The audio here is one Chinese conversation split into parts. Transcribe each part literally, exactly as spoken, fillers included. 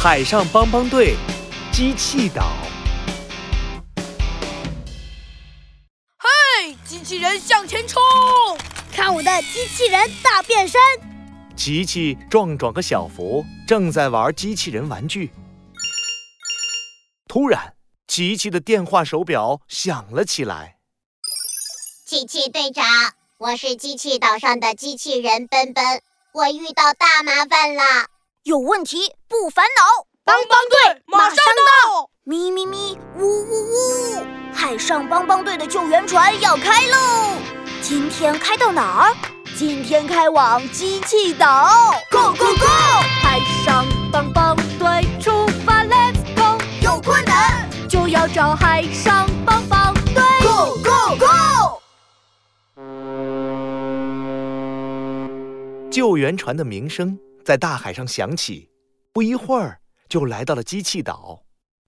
海上帮帮队，机器岛。 嘿，机器人向前冲！ 看我的机器人大变身！ 琪琪、壮壮和小福正在玩机器人玩具。突然，琪琪的电话手表响了起来。 琪琪队长，我是机器岛上的机器人奔奔，我遇到大麻烦了。 有问题不烦恼， 帮帮队马上到！ 咪咪咪，呜呜呜！海上帮帮队的救援船要开喽！今天开到哪儿？今天开往机器岛 ，Go Go Go！ 海上帮帮队出发 ，Let's go！ 有困难就要找海上帮帮队 ，Go Go Go！ 救援船的鸣声在大海上响起，不一会儿就来到了机器岛。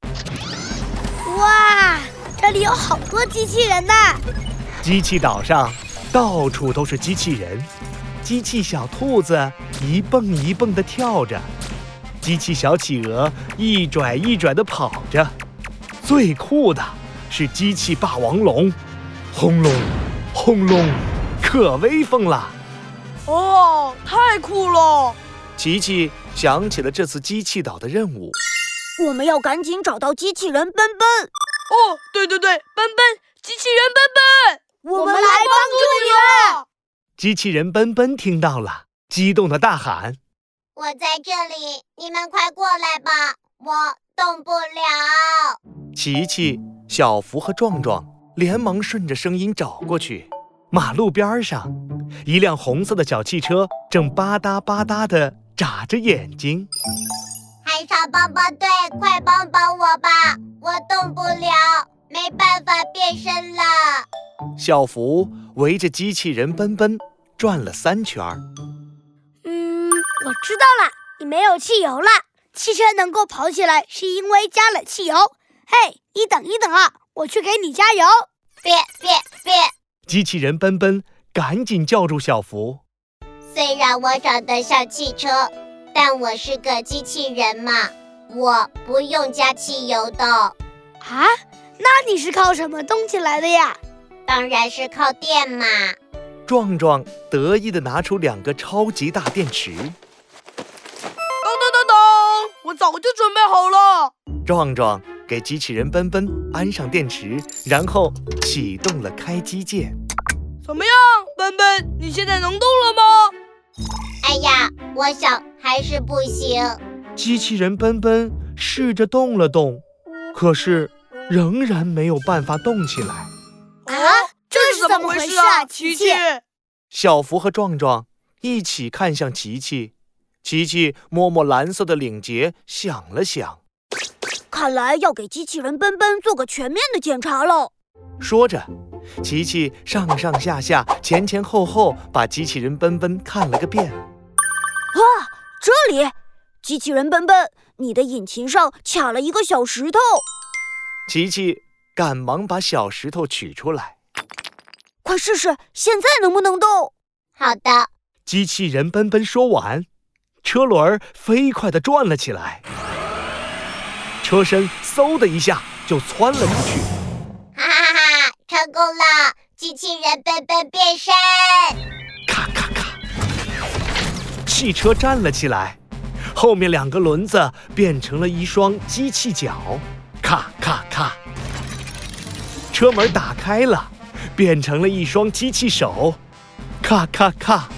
哇，这里有好多机器人呐！ 机器岛上到处都是机器人，机器小兔子一蹦一蹦地跳着，机器小企鹅一拽一拽地跑着，最酷的是机器霸王龙，轰隆轰隆，可威风了！ 哦，太酷了！ 琪琪想起了这次机器岛的任务， 我们要赶紧找到机器人奔奔。 哦，对对对，奔奔，机器人奔奔， 我们来帮助你了！ 机器人奔奔听到了，激动地大喊： 我在这里，你们快过来吧，我动不了。 琪琪、小福和壮壮连忙顺着声音找过去。马路边上，一辆红色的小汽车正吧嗒吧嗒地眨着眼睛。 海上帮帮队，快帮帮我吧，我动不了，没办法变身了。 小福围着机器人奔奔转了三圈。 嗯，我知道了，你没有汽油了。汽车能够跑起来是因为加了汽油。嘿，你等一等啊，我去给你加油。 别别别！ 机器人奔奔赶紧叫住小福。 虽然我长得像汽车，但我是个机器人嘛，我不用加汽油的。 啊？那你是靠什么动起来的呀？ 当然是靠电嘛。 壮壮得意地拿出两个超级大电池。 噔噔噔噔，我早就准备好了。 壮壮给机器人奔奔安上电池，然后启动了开机键。 怎么样，奔奔，你现在能动了吗？ 哎呀，我想还是不行。 机器人奔奔试着动了动，可是仍然没有办法动起来。 啊，这是怎么回事啊，琪琪？ 小福和壮壮一起看向琪琪，琪琪摸摸蓝色的领结，想了想， 看来要给机器人奔奔做个全面的检查喽。 说着，琪琪上上下下、前前后后把机器人奔奔看了个遍。 啊，这里，机器人奔奔，你的引擎上卡了一个小石头。 琪琪赶忙把小石头取出来。 快试试，现在能不能动？ 好的。 机器人奔奔说完，车轮飞快地转了起来，车身嗖的一下就窜了出去。 哈哈哈，成功了！机器人奔奔变身！ 咔咔咔，汽车站了起来，后面两个轮子变成了一双机器脚。咔咔咔，车门打开了，变成了一双机器手。咔咔咔，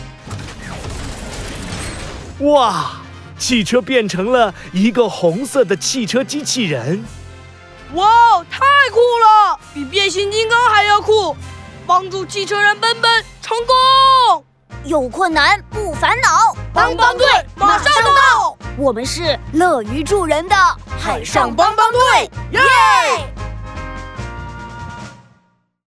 哇！汽车变成了一个红色的汽车机器人。 哇，太酷了，比变形金刚还要酷！帮助汽车人奔奔成功！ 有困难不烦恼， 帮帮队马上到！ 我们是乐于助人的海上帮帮队，耶！